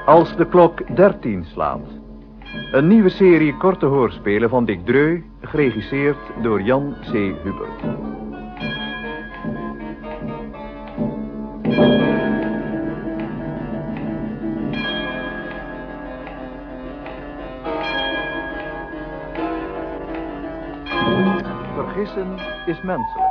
Als de klok 13 slaat. Een nieuwe serie korte hoorspelen van Dick Dreu, geregisseerd door Jan C. Hubert. Vergissen is menselijk.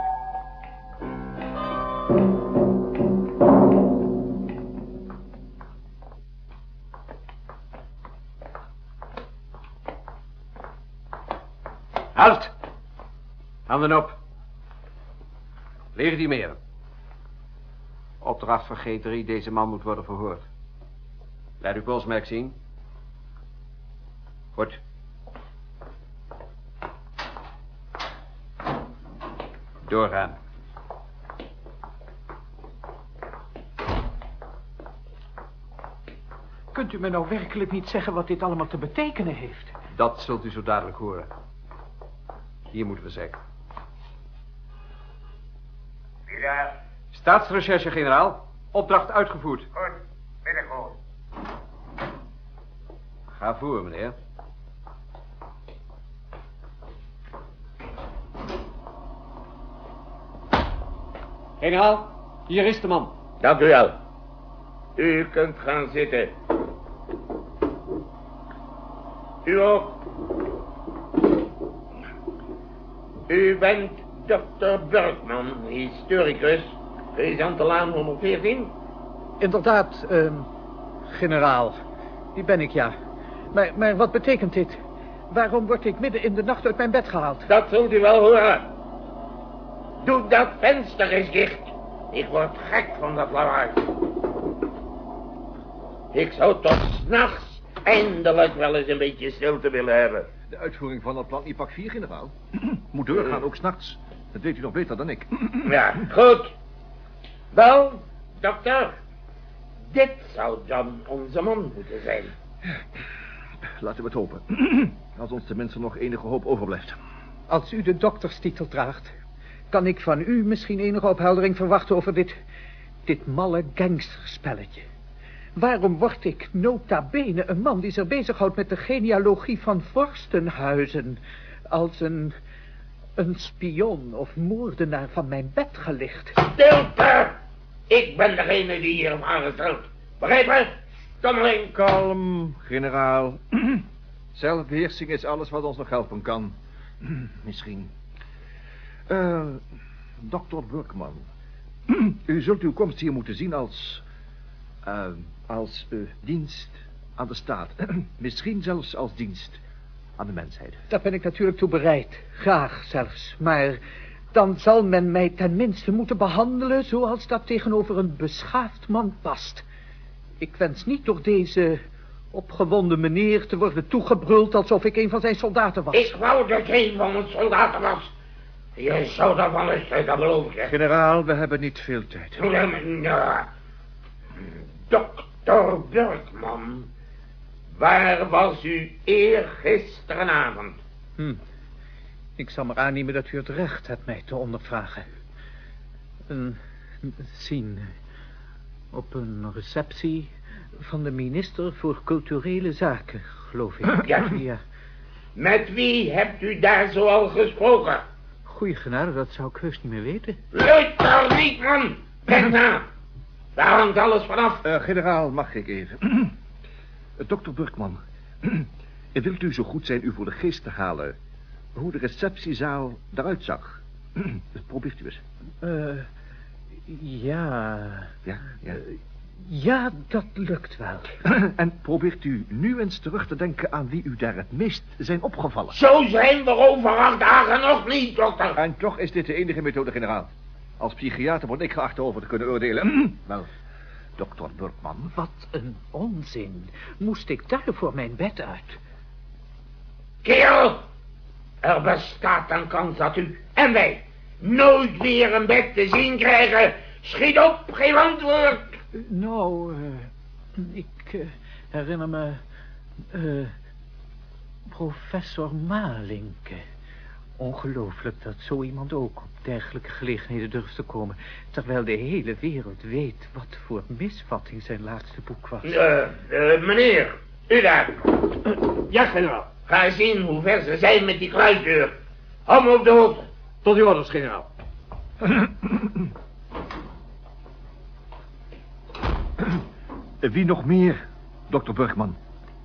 Halt! Handen op. Legitimeren. Opdracht van G3, deze man moet worden verhoord. Laat uw polsmerk zien. Goed. Doorgaan. Kunt u me nou werkelijk niet zeggen wat dit allemaal te betekenen heeft? Dat zult u zo dadelijk horen. Hier moeten we zeggen. Wie daar? Staatsrecherche, generaal. Opdracht uitgevoerd. Goed, binnenkomen. Ga voor, meneer. Generaal, hier is de man. Dank u wel. U kunt gaan zitten. U ook. U bent dokter Burkman, historicus, Gezantelaan 114? Inderdaad, generaal. Die ben ik, ja. Maar wat betekent dit? Waarom word ik midden in de nacht uit mijn bed gehaald? Dat zult u wel horen. Doe dat venster eens dicht. Ik word gek van dat lawaai. Ik zou toch 's nachts eindelijk wel eens een beetje stilte willen hebben. De uitvoering van dat plan IPAC 4, generaal. Moet doorgaan, ook 's nachts. Dat weet u nog beter dan ik. Ja, goed. Wel, dokter. Dit zou dan onze man moeten zijn. Laten we het hopen. Als ons tenminste nog enige hoop overblijft. Als u de dokterstitel draagt, kan ik van u misschien enige opheldering verwachten over dit malle gangsterspelletje. Waarom word ik nota bene een man die zich bezighoudt met de genealogie van vorstenhuizen als een spion of moordenaar van mijn bed gelicht? Stilte! Ik ben degene die hier heeft aangesteld. Begrepen? Stommeling. Kalm, generaal. Zelfbeheersing is alles wat ons nog helpen kan. Misschien. Dokter Burkman. U zult uw komst hier moeten zien als dienst aan de staat. Misschien zelfs als dienst aan de mensheid. Daar ben ik natuurlijk toe bereid. Graag zelfs. Maar dan zal men mij tenminste moeten behandelen zoals dat tegenover een beschaafd man past. Ik wens niet door deze opgewonden meneer te worden toegebruld alsof ik een van zijn soldaten was. Ik wou dat je een van mijn soldaten was. Je zou daarvan eens dat beloof ik je. Generaal, we hebben niet veel tijd. Dokter Burkman, waar was u eergisterenavond? Ik zal maar aannemen dat u het recht hebt mij te ondervragen. Zien, op een receptie van de minister voor culturele zaken, geloof ik. Ja. Met wie hebt u daar zoal gesproken? Goeie genade, dat zou ik heus niet meer weten. Luister niet, man! Denk na! Daar hangt alles vanaf. Generaal, mag ik even? Dokter Burkman, wilt u zo goed zijn u voor de geest te halen hoe de receptiezaal eruit zag? Probeert u eens. Ja. Ja. Ja, dat lukt wel. En probeert u nu eens terug te denken aan wie u daar het meest zijn opgevallen? Zo zijn we over 8 dagen nog niet, dokter. En toch is dit de enige methode, generaal. Als psychiater word ik geacht over te kunnen oordelen. Wel, dokter Burkman. Wat een onzin. Moest ik daar voor mijn bed uit? Kerel, er bestaat een kans dat u en wij nooit weer een bed te zien krijgen. Schiet op, geef antwoord. Nou, ik herinner me professor Malinke. Ongelooflijk dat zo iemand ook op dergelijke gelegenheden durft te komen, terwijl de hele wereld weet wat voor misvatting zijn laatste boek was. Meneer, u daar. Ja, generaal. Ga zien hoe ver ze zijn met die kluisdeur. Hou me op de hoogte. Tot uw orders, generaal. Wie nog meer, dokter Burgman?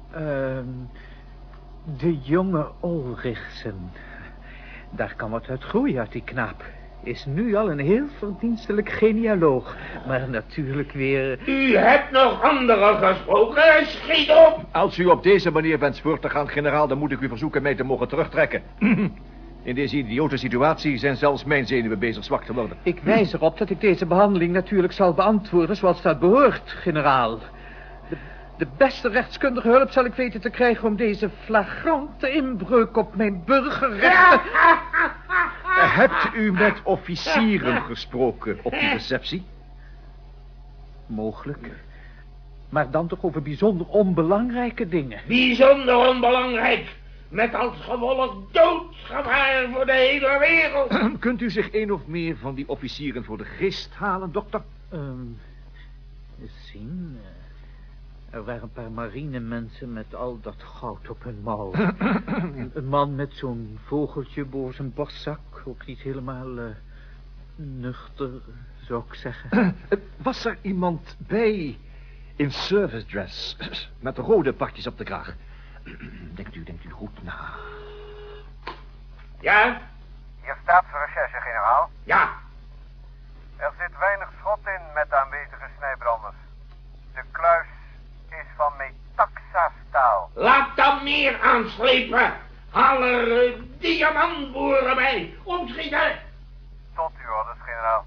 De jonge Olrichsen. Daar kan wat uit groeien uit die knaap. Is nu al een heel verdienstelijk genealoog. Maar natuurlijk weer... U hebt nog anderen gesproken. Schiet op. Als u op deze manier wenst voort te gaan, generaal, dan moet ik u verzoeken mij te mogen terugtrekken. In deze idiote situatie zijn zelfs mijn zenuwen bezig zwak te worden. Ik wijs erop dat ik deze behandeling natuurlijk zal beantwoorden zoals dat behoort, generaal. De beste rechtskundige hulp zal ik weten te krijgen om deze flagrante inbreuk op mijn burgerrechten... Hebt u met officieren gesproken op die receptie? Mogelijk. Maar dan toch over bijzonder onbelangrijke dingen. Bijzonder onbelangrijk. Met als gevolg doodsgevaar voor de hele wereld. Kunt u zich een of meer van die officieren voor de geest halen, dokter? Eens zien... Er waren een paar marinemensen met al dat goud op hun mouw. Een man met zo'n vogeltje boven zijn borstzak. Ook niet helemaal nuchter, zou ik zeggen. Was er iemand bij in service dress met rode pakjes op de kraag? Denkt u goed na. Ja? Hier staat voor recherche, generaal. Ja. Er zit weinig schot in met de aanwezige snijbranders. De kluis is van metaxa-staal. Laat dan meer aanslepen. Haal er diamantboren bij. Opschieten. Tot uw orders, generaal.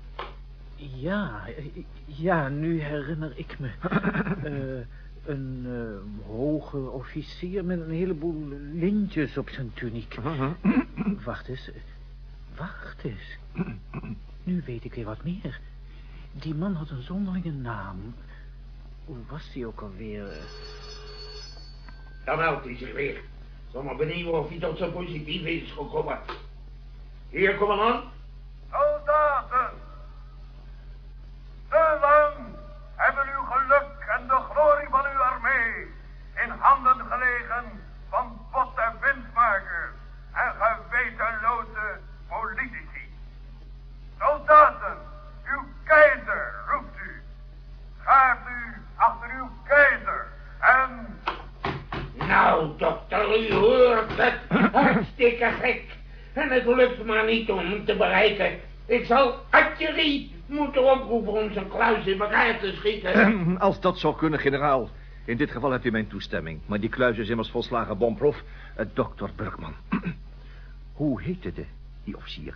Ja, nu herinner ik me. Een hoge officier met een heleboel lintjes op zijn tuniek. Wacht eens. Nu weet ik weer wat meer. Die man had een zonderlinge naam. Hoe was die ook alweer? Dan meldt hij zich weer. Zal maar benieuwen of hij tot zijn positief is gekomen. Hier, commandant. Soldaten! Te lang hebben uw geluk en de glorie van uw armee in handen gelegen van bot- en windmakers en gewetenloze politici. Soldaten, uw keizer roept u. Schaart u achter uw keizer en... Nou, dokter, u hoort het. Hartstikke gek. En het lukt maar niet om hem te bereiken. Ik zal artillerie moeten oproepen om zijn kluis in elkaar te schieten. Als dat zou kunnen, generaal. In dit geval hebt u mijn toestemming. Maar die kluis is immers volslagen bomproef. Dokter Burgman. Hoe heette die officier?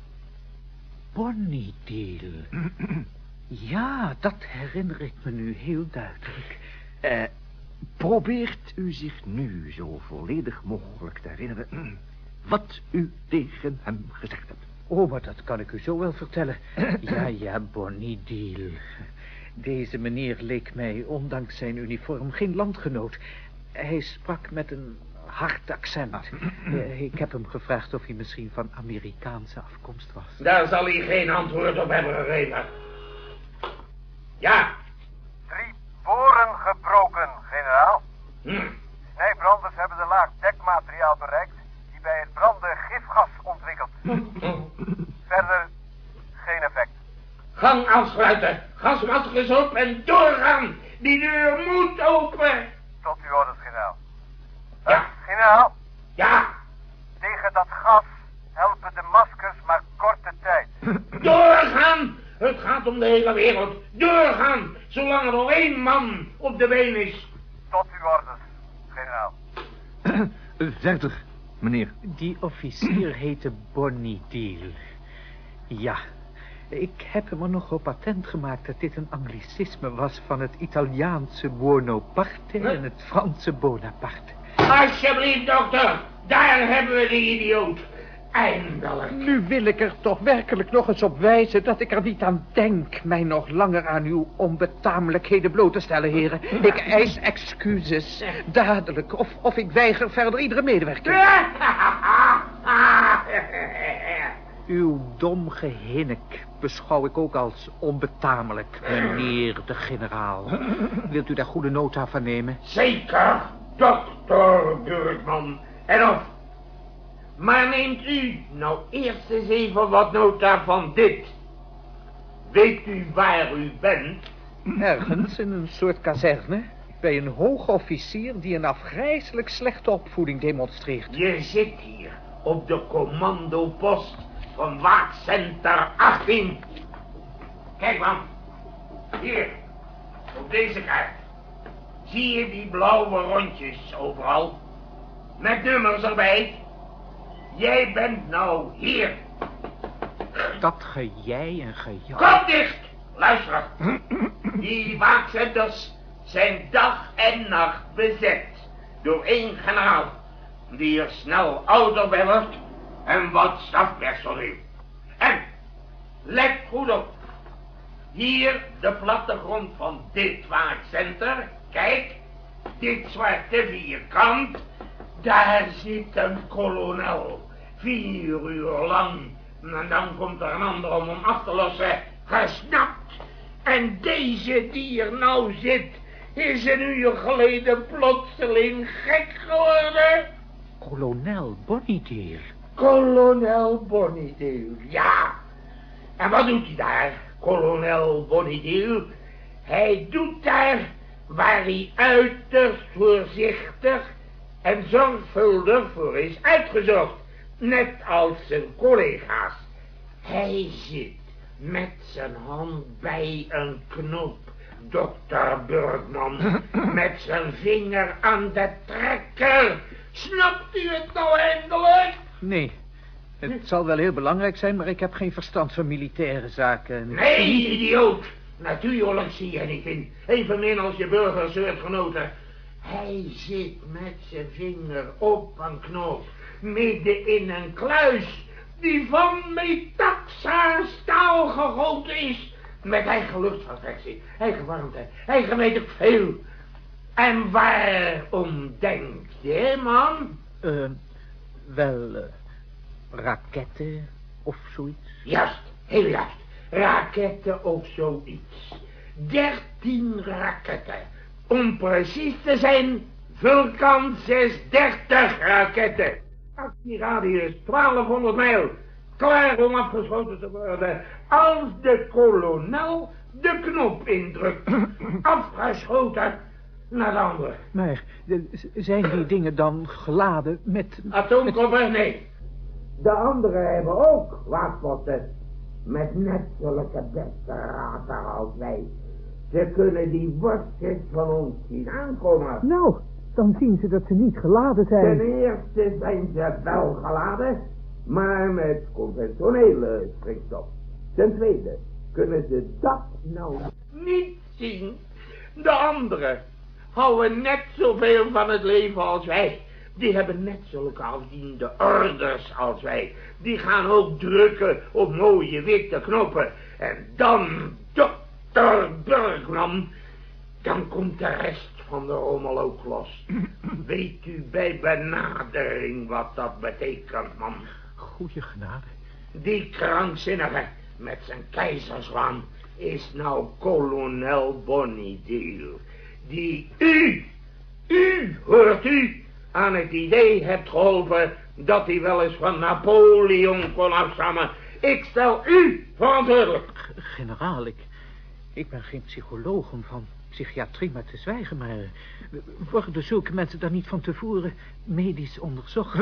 Bonnydeel. Ja, dat herinner ik me nu heel duidelijk. Probeert u zich nu zo volledig mogelijk te herinneren wat u tegen hem gezegd hebt? Oh, maar dat kan ik u zo wel vertellen. Ja, Bonnydeel. Deze meneer leek mij, ondanks zijn uniform, geen landgenoot. Hij sprak met een hard accent. Ik heb hem gevraagd of hij misschien van Amerikaanse afkomst was. Daar zal hij geen antwoord op hebben gegeven. Ja. 3 boren gebroken, generaal. Snijbranders hebben de laag dekmateriaal bereikt die bij het branden gifgas ontwikkelt. Verder geen effect. Gang afsluiten. Gasmaskers op en doorgaan. Die deur moet open. Tot uw orders, generaal. Ja. Generaal, Ja. tegen dat gas helpen de maskers maar korte tijd. Doorgaan. Het gaat om de hele wereld. Doorgaan. Zolang er nog 1 man op de been is. Tot uw orders, generaal. Verder, meneer. Die officier heette Bonnydeel. Ja, ik heb hem er nog op patent gemaakt dat dit een anglicisme was van het Italiaanse Buonaparte en het Franse Bonaparte. Alsjeblieft, dokter. Daar hebben we de idioot. Eindelijk. Nu wil ik er toch werkelijk nog eens op wijzen dat ik er niet aan denk mij nog langer aan uw onbetamelijkheden bloot te stellen, heren. Ik eis excuses, dadelijk, of ik weiger verder iedere medewerking. Uw dom gehinnik beschouw ik ook als onbetamelijk, meneer de generaal. Wilt u daar goede nota van nemen? Zeker, dokter Burgman. En of. Maar neemt u nou eerst eens even wat nota van dit. Weet u waar u bent? Ergens in een soort kazerne. Bij een hoogofficier die een afgrijselijk slechte opvoeding demonstreert. Je zit hier op de commandopost van waakcenter 18. Kijk man, hier, op deze kaart. Zie je die blauwe rondjes overal? Met nummers erbij. Jij bent nou hier. Dat gejij en gejat. Kom dicht! Luister. Die waakcenters zijn dag en nacht bezet door één generaal, die er snel ouder bij wordt en wat stafpersoneel. En, let goed op. Hier de plattegrond van dit waakcenter. Kijk, dit zwarte vierkant. Daar zit een kolonel. 4 uur lang. En dan komt er een ander om hem af te lossen. Gesnapt. En deze die er nou zit, is een uur geleden plotseling gek geworden. Kolonel Bonnydale. Kolonel Bonnydale, ja. En wat doet hij daar, kolonel Bonnydale? Hij doet daar waar hij uiterst voorzichtig en zorgvuldig voor is uitgezocht. Net als zijn collega's. Hij zit met zijn hand bij een knoop, dokter Burgman, met zijn vinger aan de trekker. Snapt u het nou eindelijk? Nee, het zal wel heel belangrijk zijn, maar ik heb geen verstand van militaire zaken. Nee, idioot. Natuurlijk zie je niet in. Evenmin als je burgersoortgenoten. Hij zit met zijn vinger op een knoop, midden in een kluis die van metaxa staal gegoten is. Met eigen luchtverfractie, eigen warmte, eigen weet ik veel. En waarom denk je, man? Raketten of zoiets? Juist, heel juist. Raketten of zoiets. 13 raketten. Om precies te zijn, Vulcan 630 raketten. Actieradius 1200 mijl. Klaar om afgeschoten te worden. Als de kolonel de knop indrukt. Afgeschoten naar de andere. Maar zijn die dingen dan geladen met... Atoomkoffer? Nee. De anderen hebben ook waakpotten. Met net zulke beste raten als wij. Ze kunnen die worstjes van ons zien aankomen. Nou, dan zien ze dat ze niet geladen zijn. Ten eerste zijn ze wel geladen, maar met conventionele springstof. Ten tweede kunnen ze dat nou niet zien. De anderen houden net zoveel van het leven als wij. Die hebben net zulke afdiende orders als wij. Die gaan ook drukken op mooie witte knoppen. En dan, dokter Burgman, dan komt de rest van de rommel ook los. Weet u bij benadering wat dat betekent, man? Goeie genade. Die krankzinnige met zijn keizerswaan is nou kolonel Bonnydale. Die u, hoort u, aan het idee hebt geholpen dat hij wel eens van Napoleon kon afstammen. Ik stel u verantwoordelijk. Generaal, ik ben geen psycholoog om van psychiatrie maar te zwijgen, maar worden zulke mensen dan niet van tevoren medisch onderzocht?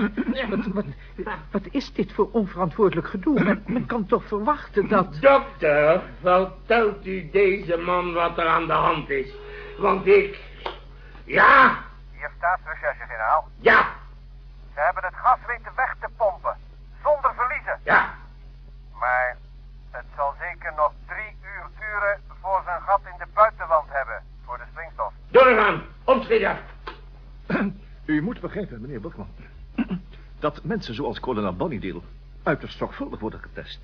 Wat is dit voor onverantwoordelijk gedoe? Men kan toch verwachten dat... Dokter, vertelt u deze man wat er aan de hand is. Want ik... Ja? Hier staatsrecherche, generaal. Ja. Ze hebben het gas weten weg te pompen. Zonder verliezen. Ja. Maar het zal zeker nog 3 uur duren voor ze een gat in de buitenwand hebben. Voor de springstof. Doorgaan. Opschieten. U moet begrijpen, meneer Burgman, dat mensen zoals kolonel Bonnydale uiterst zorgvuldig worden getest.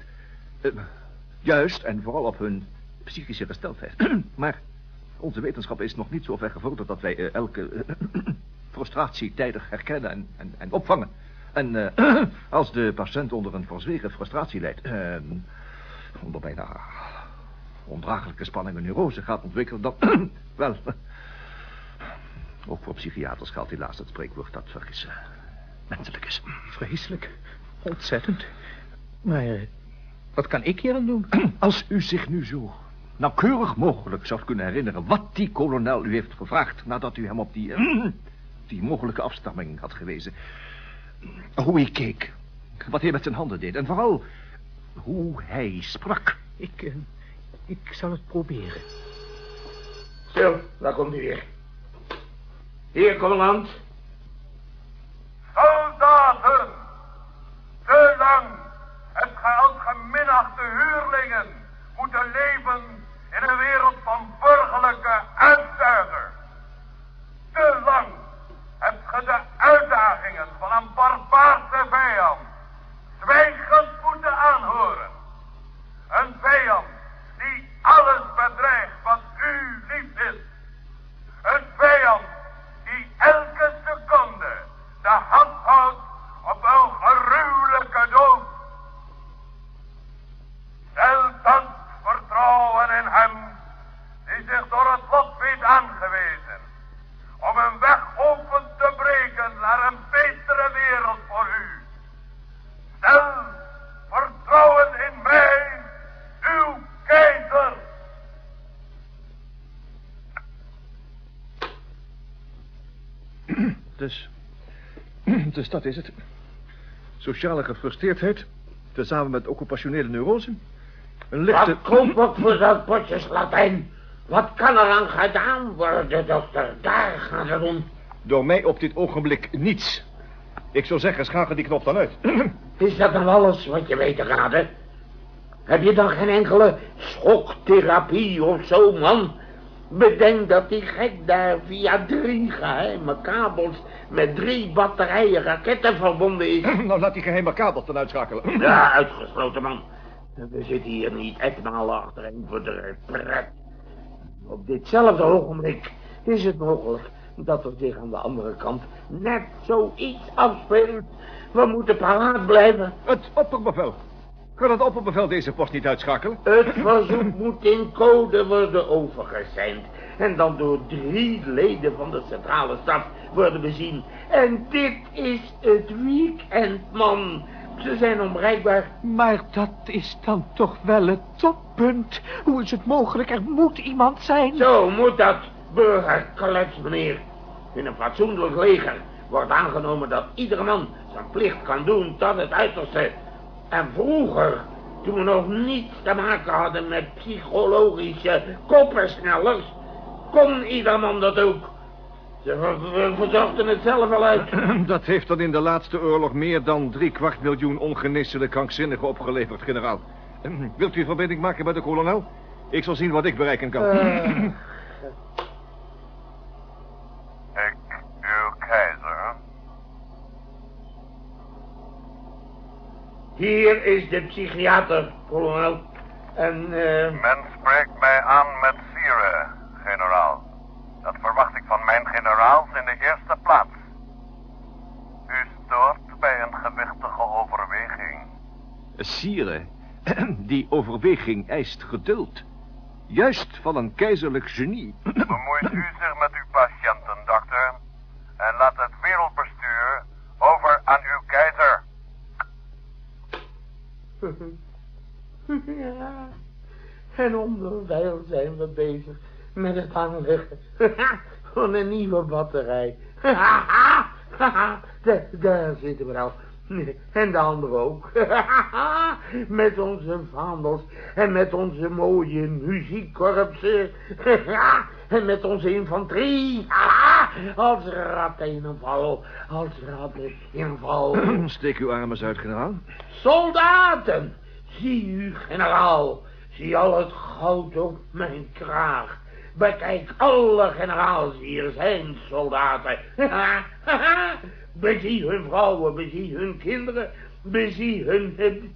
Juist en vooral op hun psychische gesteldheid. Maar onze wetenschap is nog niet zo ver gevorderd dat wij elke frustratie tijdig herkennen en opvangen. En als de patiënt onder een verzwegen frustratie lijdt... onder bijna ondraaglijke spanning een neurose gaat ontwikkelen... dan... wel... ook voor psychiaters geldt helaas het spreekwoord dat vergissen menselijk is. Vreselijk. Ontzettend. Maar wat kan ik hier aan doen? Als u zich nu zo nauwkeurig mogelijk zou kunnen herinneren... wat die kolonel u heeft gevraagd... nadat u hem op die mogelijke afstamming had gewezen. Hoe hij keek. Wat hij met zijn handen deed. En vooral hoe hij sprak. Ik zal het proberen. Zo, daar komt hij weer. Hier, commandant. Soldaten, te lang hebt gij als geminachte huurlingen moeten leven in een wereld van burgerlijke uitzuigers. Te lang hebt ge de uitdagingen van een barbaarse vijand zwijgend moeten aanhoren. Een vijand die alles bedreigt wat u lief is. Een vijand die elke seconde de hand houdt op een gruwelijke dood. Stel dan vertrouwen in hem die zich door het lot weet aangewezen om een weg open te breken naar een betere wereld voor u. Stel vertrouwen in mij, uw keizer. Dus dat is het. Sociale gefrustreerdheid, tezamen met occupationele neurose. Een lichte... Wat komt ook voor dat potjes Latijn? Wat kan er aan gedaan worden, dokter? Daar gaat het om. Door mij op dit ogenblik niets. Ik zou zeggen, schakel die knop dan uit. Is dat dan alles wat je weten gaat, hè? Heb je dan geen enkele schoktherapie of zo, man? Bedenk dat die gek daar via 3 geheime kabels met 3 batterijen raketten verbonden is. Nou, laat die geheime kabels dan uitschakelen. Ja, uitgesloten, man. We zitten hier niet etmalen achterin voor de pret. Op ditzelfde ogenblik is het mogelijk dat er zich aan de andere kant net zoiets afspeelt. We moeten paraat blijven. Het opperbevel. Kan het opperbevel deze post niet uitschakelen? Het verzoek moet in code worden overgezend. En dan door 3 leden van de centrale staf worden bezien. En dit is het weekend, man. Ze zijn onbereikbaar. Maar dat is dan toch wel het toppunt. Hoe is het mogelijk? Er moet iemand zijn. Zo moet dat, burgerklets, meneer. In een fatsoenlijk leger wordt aangenomen dat iedere man zijn plicht kan doen tot het uiterste. En vroeger, toen we nog niets te maken hadden met psychologische koppersnellers, kon ieder man dat ook. Ze verzochten het zelf wel uit. Dat heeft dan in de laatste oorlog meer dan 250.000 ongeneeslijke krankzinnigen opgeleverd, generaal. Wilt u verbinding maken met de kolonel? Ik zal zien wat ik bereiken kan. Ik, uw keizer. Hier is de psychiater, kolonel. En, Men spreekt mij aan met Sire, generaal. Dat verwacht ik van mijn generaals in de eerste plaats. U stoort bij een gewichtige overweging. Sire, die overweging eist geduld. Juist van een keizerlijk genie. Bemoeit u zich met uw patiënten, dokter. En laat het wereldbestuur over aan uw keizer. Ja, en onderwijl zijn we bezig met het aanleggen van een nieuwe batterij. Daar zitten we nou. En de anderen ook. Met onze vaandels en met onze mooie muziekkorpsen. En met onze infanterie. Als ratten in een val. Als ratten in een val. Steek uw armen eens uit, generaal. Soldaten! Zie u, generaal. Zie al het goud op mijn kraag. Bekijk, alle generaals hier zijn soldaten. Bezie hun vrouwen, bezie hun kinderen, bezie hun...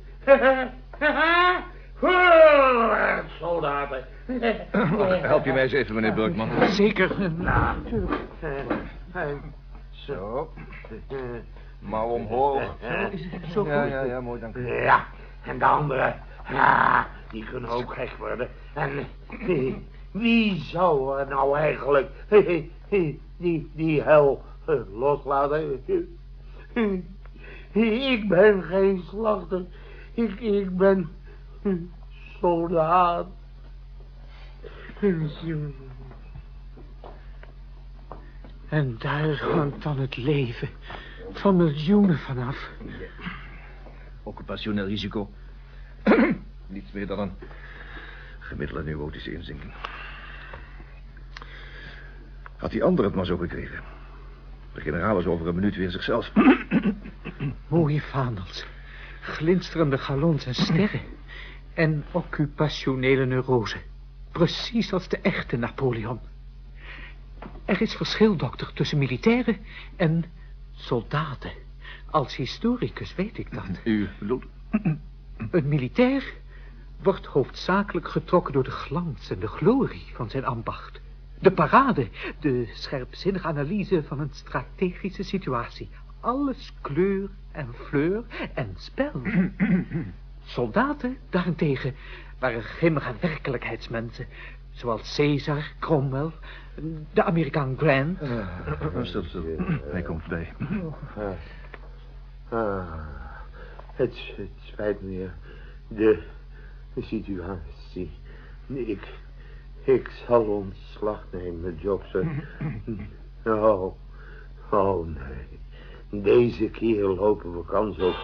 soldaten. Help je mij eens even, meneer Burkman. Zeker. Natuurlijk. Zo. Mouw omhoog. Zo goed. Ja, mooi, dank u. Ja, en de andere, die kunnen ook gek worden. En wie zou er nou eigenlijk die hel loslaten? Ik ben geen slachter. Ik ben soldaat. En daar hangt dan het leven van miljoenen vanaf. Occupationeel risico. Niets meer dan een gemiddelde neurotische inzinking. Had die ander het maar zo gekregen. De generaal is over een minuut weer zichzelf. Mooie vaandels, glinsterende galons en sterren. En occupationele neurose. Precies als de echte Napoleon. Er is verschil, dokter, tussen militairen en soldaten. Als historicus weet ik dat. U bedoelt? Een militair wordt hoofdzakelijk getrokken door de glans en de glorie van zijn ambacht. De parade, de scherpzinnige analyse van een strategische situatie. Alles kleur en fleur en spel. Soldaten daarentegen waren grimmige werkelijkheidsmensen. Zoals Caesar, Cromwell, de Amerikaan Grant. Stil. Hij komt bij. Het spijt me, heer. De situatie. Ik zal ontslag nemen, Jobson. Oh, nee. Deze keer lopen we kans op.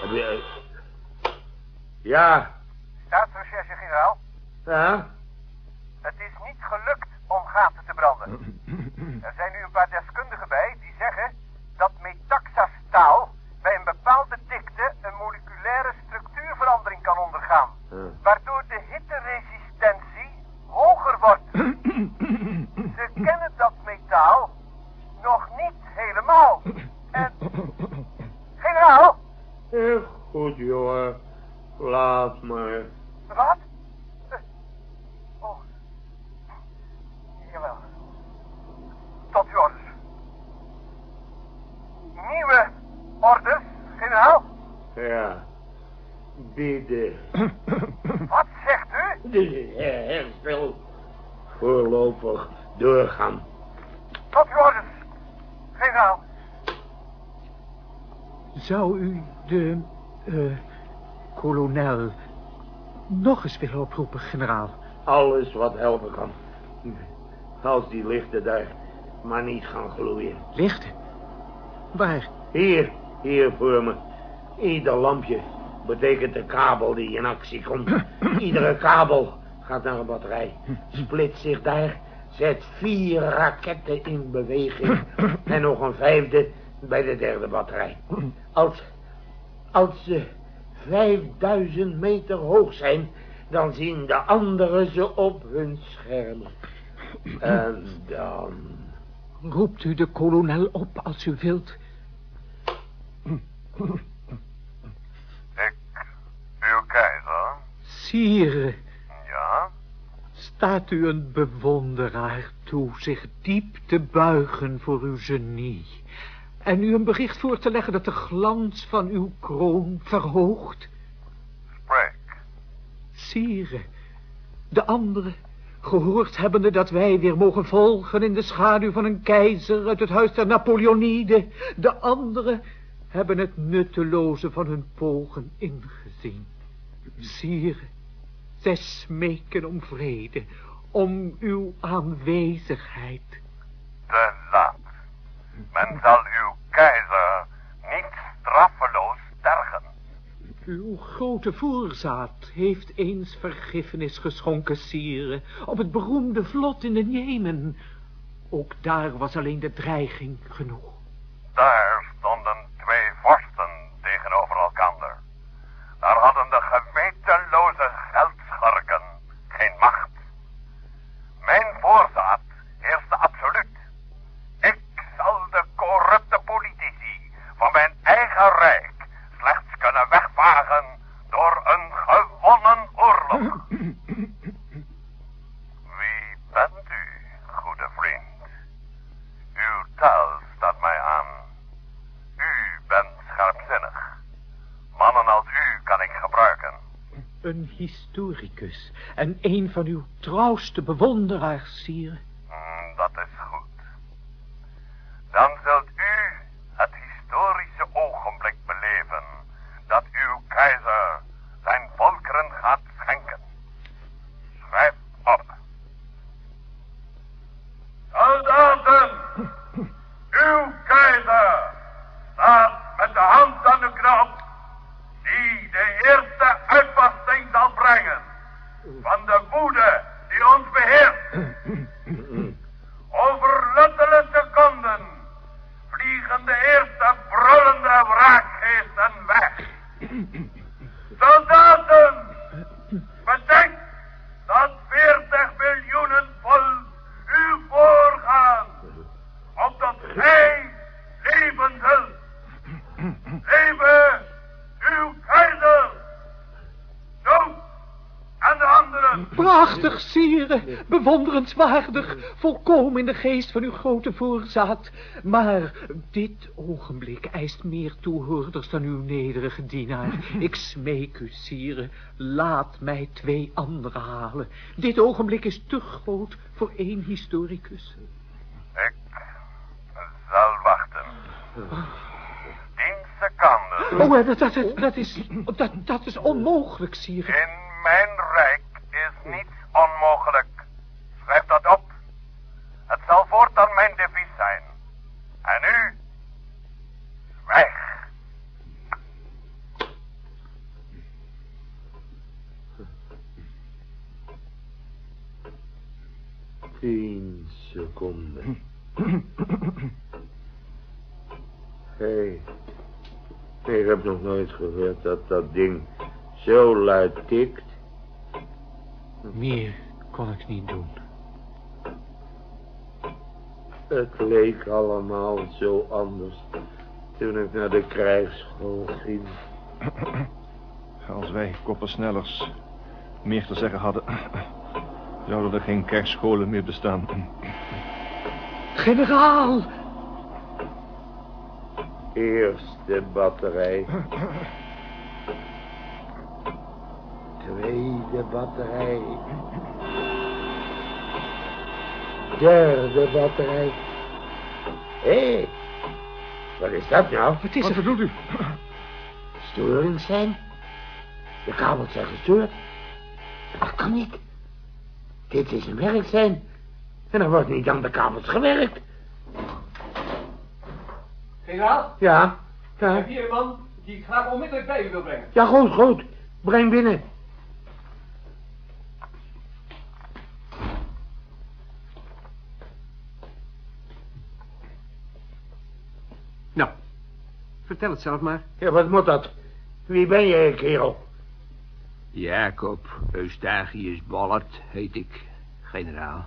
Ja? Staatsrecherche-generaal. Ja? Het is niet gelukt om gaten te branden. Er zijn nu een paar deskundigen bij die zeggen dat metaxastaal bij een bepaalde dikte een moleculaire structuurverandering kan ondergaan. Waardoor de hitteresistentie hoger wordt. Ze kennen dat metaal nog niet helemaal. En... Generaal! Goed, jongen. Laat maar. Wat? Oh. Jawel. Tot uw orders. Nieuwe orders, generaal? Ja. Bidden. Wat zegt u? De herstel. Voorlopig doorgaan. Tot uw orders, generaal. Zou u de, kolonel nog eens willen oproepen, generaal? Alles wat helpen kan. Als die lichten daar maar niet gaan gloeien. Lichten? Waar? Hier voor me. Ieder lampje betekent de kabel die in actie komt. Iedere kabel gaat naar een batterij. Split zich daar. Zet 4 raketten in beweging. En nog een 5e bij de 3e batterij. Als ze 5000 meter hoog zijn, dan zien de anderen ze op hun schermen. En dan... Roept u de kolonel op als u wilt. Ik, uw keizer. Sire, Ja? staat u een bewonderaar toe zich diep te buigen voor uw genie en u een bericht voor te leggen dat de glans van uw kroon verhoogt? Spreek. Sire, de anderen, gehoord hebbende dat wij weer mogen volgen in de schaduw van een keizer uit het huis der Napoleoniden, de anderen hebben het nutteloze van hun pogen ingezien. Sire, zij smeken om vrede, om uw aanwezigheid. Te laat. Men zal uw keizer niet straffeloos tergen. Uw grote voorzaat heeft eens vergiffenis geschonken, sire, op het beroemde vlot in de Jemen. Ook daar was alleen de dreiging genoeg. Daar stonden 2 vorsten tegenover elkander. Daar hadden de gewetenloze geldschurken geen macht. Mijn voorzaat heerste absoluut. Ik zal de corrupte politici van mijn eigen rijk slechts kunnen wegvagen door een gewonnen oorlog. Wie bent u, goede vriend? Uw taal staat mij aan. U bent een historicus en een van uw trouwste bewonderaars, sire. Dat is goed. Dan zult u het historische ogenblik beleven dat uw keizer zijn volkeren gaat schenken. Schrijf op. Soldaten, uw keizer staat met de hand aan de knop die de eerste uitbarsting zal brengen van de woede die ons beheerst. Over luttele seconden vliegen de eerste brullende wraakgeesten weg. Soldaten, bedenk dat 40 miljoenen volk u voorgaan, opdat gij leven zult. Leven uw keizer! Dood aan de anderen! Prachtig, sire, bewonderenswaardig, volkomen in de geest van uw grote voorzaat. Maar dit ogenblik eist meer toehoorders dan uw nederige dienaar. Ik smeek u, sire, laat mij 2 anderen halen. Dit ogenblik is te groot voor 1 historicus. Ik zal wachten. 10 seconden. Dat is onmogelijk, sire. In mijn rijk is niets onmogelijk. Schrijf dat op. Het zal voortaan mijn devies zijn. En u, zwijg. Tien seconden. Hé, ik heb nog nooit gehoord dat dat ding zo luid tikt. Meer kon ik niet doen. Het leek allemaal zo anders toen ik naar de krijgsschool ging. Als wij koppersnellers meer te zeggen hadden, zouden er geen krijgsscholen meer bestaan. Generaal! Eerste batterij. Tweede batterij. Derde batterij. Hé, wat is dat nou? Wat is Wat er? bedoelt u? Storing zijn? De kabels zijn gestoord. Dat kan niet. Dit is een werk zijn. En er wordt niet aan de kabels gewerkt. Generaal, Ja, ik ja. heb hier een man die ik graag onmiddellijk bij u wil brengen. Ja, goed. Breng binnen. Nou, vertel het zelf maar. Ja, wat moet dat? Wie ben jij, kerel? Jacob Eustachius Ballard heet ik, generaal.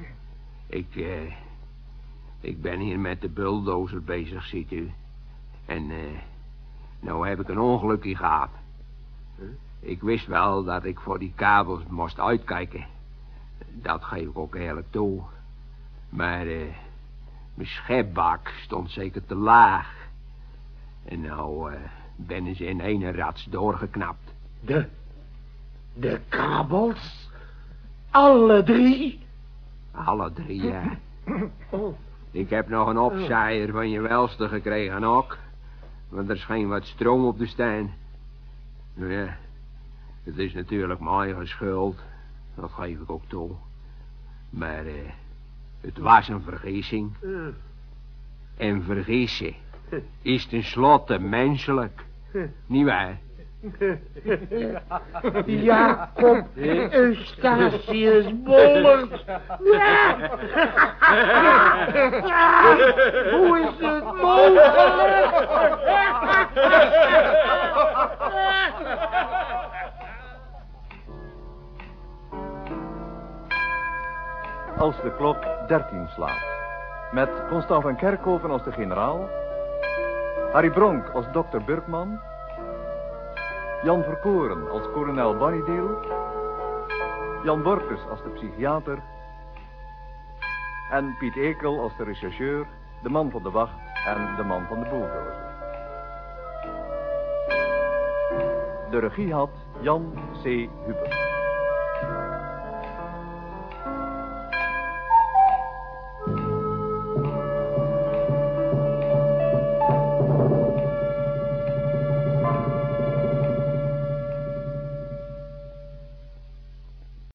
Ik ben hier met de bulldozer bezig, ziet u. En nou heb ik een ongelukje gehad. Ik wist wel dat ik voor die kabels moest uitkijken. Dat geef ik ook eerlijk toe. Maar mijn schepbak stond zeker te laag. En nou ben ze in 1 rats doorgeknapt. De kabels? Alle 3? Alle 3, ja. Oh. Ik heb nog een opzaaier van je welste gekregen ook. Want er scheen wat stroom op de steen. Nou ja, het is natuurlijk mijn eigen schuld. Dat geef ik ook toe. Maar het was een vergissing. En vergissen is tenslotte menselijk. Niet waar? Jacob Eustachius Ballard. Ja. Hoe is het mogelijk? Als de klok 13 slaat. Met Constant van Kerkhoven als de generaal. Harry Bronk als dokter Burkman. Jan Verkoren als kolonel Bonnydeal. Jan Borkes als de psychiater. En Piet Ekel als de rechercheur, de man van de wacht en de man van de bulldozer. De regie had Jan C. Huber.